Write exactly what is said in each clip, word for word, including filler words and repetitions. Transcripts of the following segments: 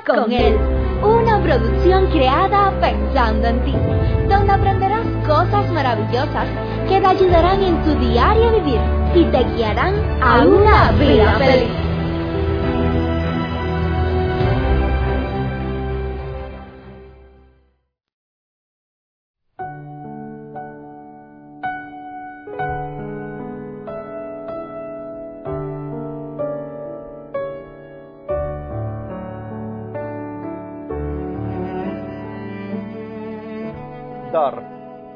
con Él, una producción creada pensando en ti, donde aprenderás cosas maravillosas que te ayudarán en tu diario vivir y te guiarán a una vida feliz. Dar.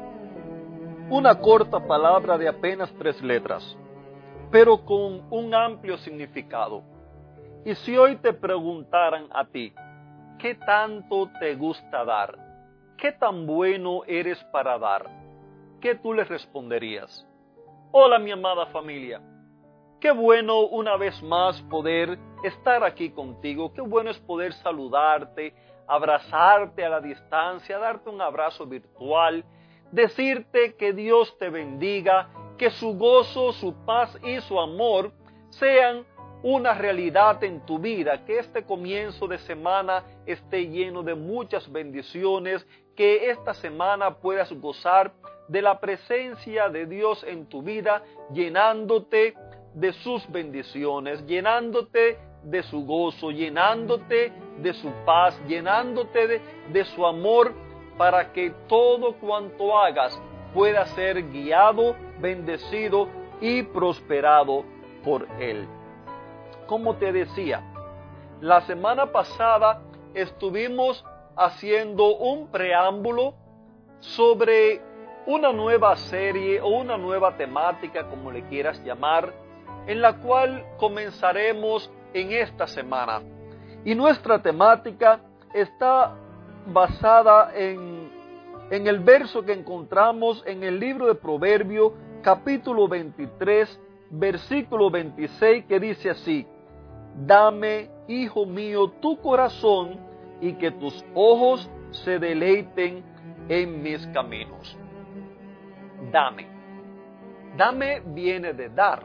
Una corta palabra de apenas tres letras, pero con un amplio significado. Y si hoy te preguntaran a ti, ¿qué tanto te gusta dar? ¿Qué tan bueno eres para dar? ¿Qué tú les responderías? Hola, mi amada familia. Qué bueno una vez más poder estar aquí contigo. Qué bueno es poder saludarte, abrazarte a la distancia, darte un abrazo virtual, decirte que Dios te bendiga, que su gozo, su paz y su amor sean una realidad en tu vida, que este comienzo de semana esté lleno de muchas bendiciones, que esta semana puedas gozar de la presencia de Dios en tu vida, llenándote de sus bendiciones, llenándote de su gozo, llenándote de su paz, llenándote de, de su amor, para que todo cuanto hagas pueda ser guiado, bendecido y prosperado por Él. Como te decía, la semana pasada estuvimos haciendo un preámbulo sobre una nueva serie o una nueva temática, como le quieras llamar, en la cual comenzaremos en esta semana. Y nuestra temática está basada en, en el verso que encontramos en el libro de Proverbios, capítulo veintitrés, versículo veintiséis, que dice así: Dame, hijo mío, tu corazón, y que tus ojos se deleiten en mis caminos. Dame. Dame viene de dar.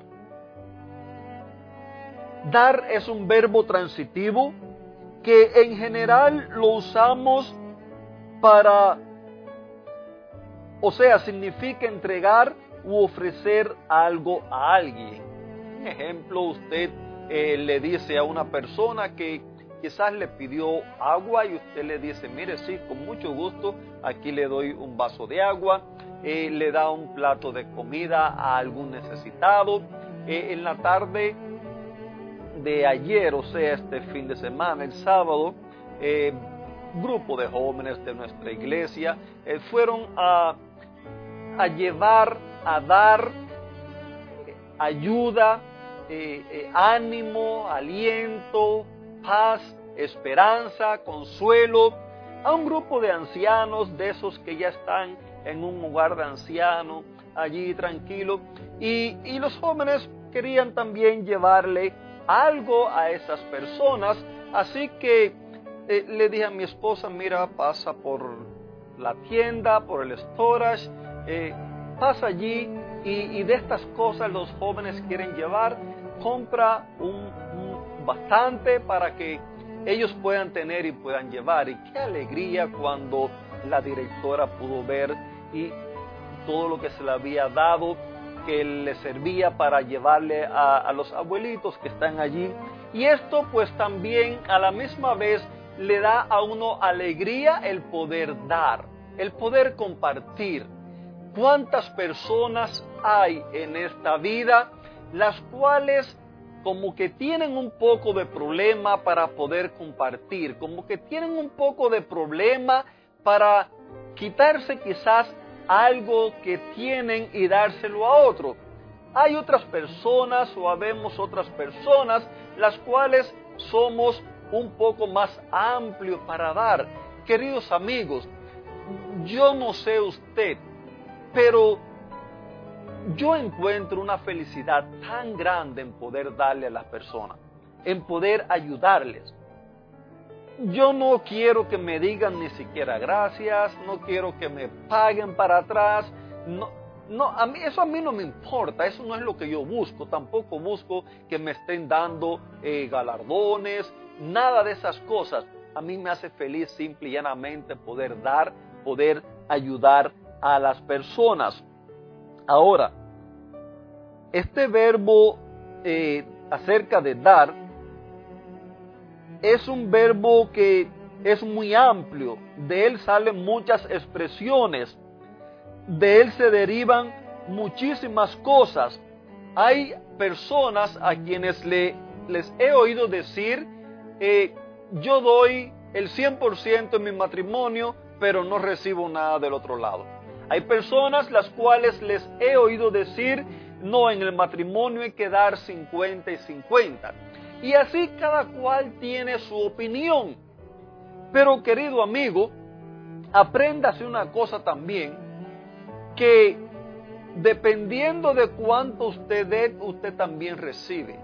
Dar es un verbo transitivo que en general lo usamos para, o sea, significa entregar u ofrecer algo a alguien. Un ejemplo, usted eh, le dice a una persona que quizás le pidió agua y usted le dice, mire, sí, con mucho gusto, aquí le doy un vaso de agua, eh, le da un plato de comida a algún necesitado. Eh, en la tarde de ayer, o sea, este fin de semana, el sábado, eh, grupo de jóvenes de nuestra iglesia eh, fueron a, a llevar, a dar eh, ayuda, eh, eh, ánimo, aliento, paz, esperanza, consuelo a un grupo de ancianos, de esos que ya están en un hogar de ancianos, allí tranquilo, y, y los jóvenes querían también llevarle algo a esas personas, así que eh, le dije a mi esposa, mira, pasa por la tienda, por el storage, eh, pasa allí y, y de estas cosas los jóvenes quieren llevar, compra un, un bastante para que ellos puedan tener y puedan llevar. Y qué alegría cuando la directora pudo ver y todo lo que se le había dado, que le servía para llevarle a, a los abuelitos que están allí. Y esto pues también a la misma vez le da a uno alegría el poder dar, el poder compartir. ¿Cuántas personas hay en esta vida las cuales como que tienen un poco de problema para poder compartir, como que tienen un poco de problema para quitarse quizás algo que tienen y dárselo a otro? Hay otras personas o habemos otras personas las cuales somos un poco más amplios para dar. Queridos amigos, yo no sé usted, pero yo encuentro una felicidad tan grande en poder darle a las personas, en poder ayudarles. Yo no quiero que me digan ni siquiera gracias, no quiero que me paguen para atrás, no, no, a mí, eso a mí no me importa, eso no es lo que yo busco, tampoco busco que me estén dando eh, galardones, nada de esas cosas. a mí me hace feliz simple y llanamente poder dar, poder ayudar a las personas. Ahora, este verbo eh, acerca de dar es un verbo que es muy amplio. De él salen muchas expresiones. De él se derivan muchísimas cosas. Hay personas a quienes le, les he oído decir, eh, yo doy el cien por ciento en mi matrimonio, pero no recibo nada del otro lado. Hay personas las cuales les he oído decir, no, en el matrimonio hay que dar cincuenta y cincuenta. Y así cada cual tiene su opinión. Pero querido amigo, apréndase una cosa también, que dependiendo de cuánto usted dé, usted también recibe.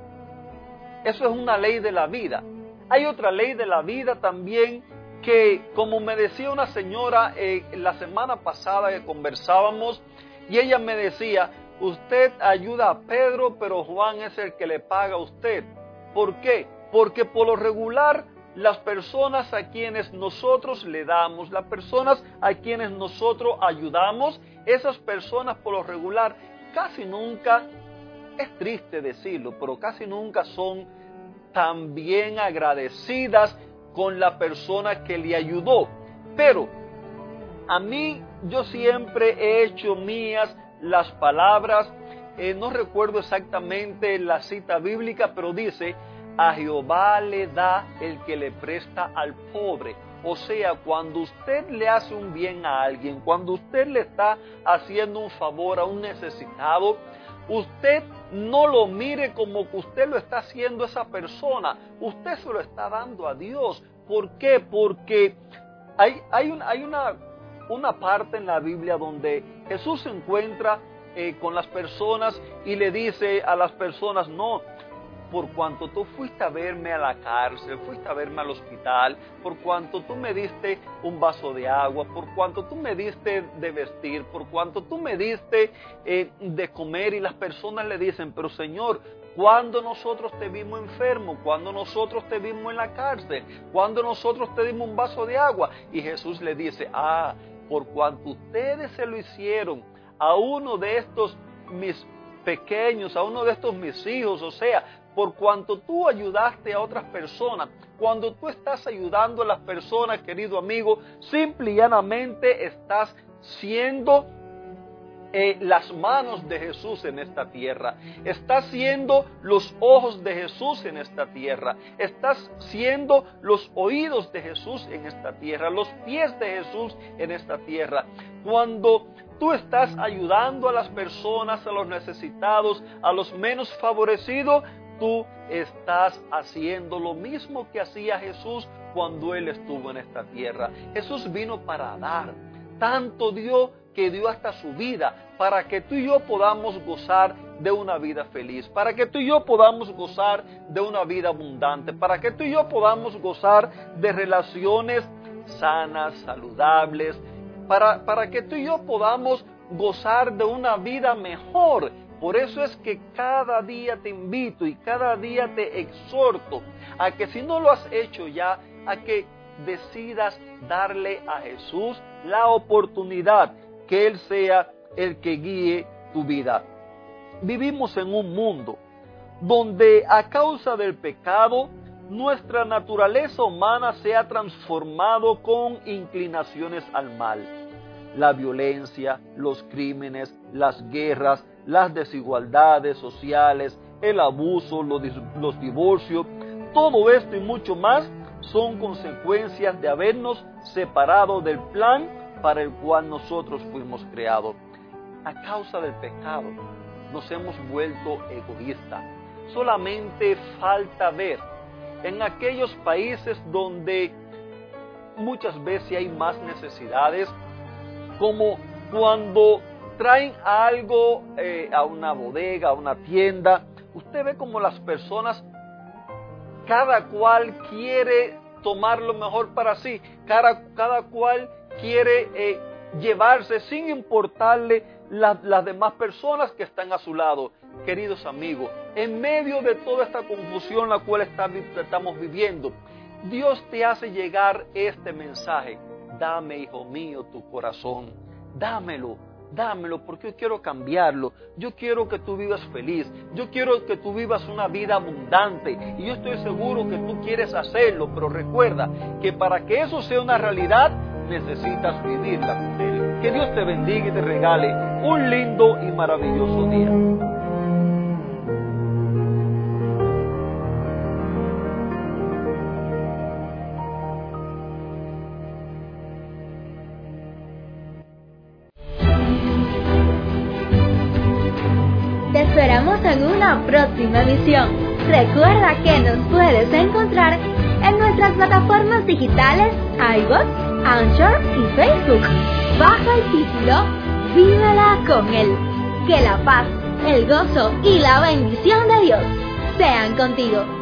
Eso es una ley de la vida. Hay otra ley de la vida también que, como me decía una señora eh, la semana pasada que conversábamos, y ella me decía, usted ayuda a Pedro, pero Juan es el que le paga a usted. ¿Por qué? Porque por lo regular, las personas a quienes nosotros le damos, las personas a quienes nosotros ayudamos, esas personas por lo regular casi nunca, es triste decirlo, pero casi nunca son tan bien agradecidas con la persona que le ayudó. Pero a mí, yo siempre he hecho mías las palabras, eh, no recuerdo exactamente la cita bíblica, pero dice, a Jehová le da el que le presta al pobre. O sea, cuando usted le hace un bien a alguien, cuando usted le está haciendo un favor a un necesitado, usted no lo mire como que usted lo está haciendo a esa persona, usted se lo está dando a Dios. ¿Por qué? Porque hay, hay, un, hay una, una parte en la Biblia donde Jesús se encuentra eh, con las personas y le dice a las personas, no, por cuanto tú fuiste a verme a la cárcel, fuiste a verme al hospital, por cuanto tú me diste un vaso de agua, por cuanto tú me diste de vestir, por cuanto tú me diste eh, de comer, y las personas le dicen, pero Señor, ¿cuándo nosotros te vimos enfermo? ¿Cuándo nosotros te vimos en la cárcel? ¿Cuándo nosotros te dimos un vaso de agua? Y Jesús le dice, ah, por cuanto ustedes se lo hicieron a uno de estos mis pequeños, a uno de estos mis hijos, o sea, por cuanto tú ayudaste a otras personas, cuando tú estás ayudando a las personas, querido amigo, simple y llanamente estás siendo eh, las manos de Jesús en esta tierra. Estás siendo los ojos de Jesús en esta tierra. Estás siendo los oídos de Jesús en esta tierra, los pies de Jesús en esta tierra. Cuando tú estás ayudando a las personas, a los necesitados, a los menos favorecidos, tú estás haciendo lo mismo que hacía Jesús cuando Él estuvo en esta tierra. Jesús vino para dar. Tanto dio que dio hasta su vida para que tú y yo podamos gozar de una vida feliz, para que tú y yo podamos gozar de una vida abundante, para que tú y yo podamos gozar de relaciones sanas, saludables, para, para que tú y yo podamos gozar de una vida mejor. Por eso es que cada día te invito y cada día te exhorto a que, si no lo has hecho ya, a que decidas darle a Jesús la oportunidad, que Él sea el que guíe tu vida. Vivimos en un mundo donde, a causa del pecado, nuestra naturaleza humana se ha transformado con inclinaciones al mal. La violencia, los crímenes, las guerras, las desigualdades sociales, el abuso, los, los divorcios, todo esto y mucho más son consecuencias de habernos separado del plan para el cual nosotros fuimos creados. A causa del pecado nos hemos vuelto egoístas. Solamente falta ver en aquellos países donde muchas veces hay más necesidades, como cuando traen algo eh, a una bodega, a una tienda, usted ve como las personas, cada cual quiere tomar lo mejor para sí, cada, cada cual quiere eh, llevarse sin importarle la, las demás personas que están a su lado. Queridos amigos, en medio de toda esta confusión la cual está, estamos viviendo, Dios te hace llegar este mensaje. Dame, hijo mío, tu corazón. Dámelo, dámelo, porque yo quiero cambiarlo. Yo quiero que tú vivas feliz. Yo quiero que tú vivas una vida abundante. Y yo estoy seguro que tú quieres hacerlo, pero recuerda que para que eso sea una realidad, necesitas vivirla con Él. Que Dios te bendiga y te regale un lindo y maravilloso día. Te esperamos en una próxima emisión. Recuerda que nos puedes encontrar en nuestras plataformas digitales iVoox, Anchor y Facebook. Bajo el título Vívela con Él. Que la paz, el gozo y la bendición de Dios sean contigo.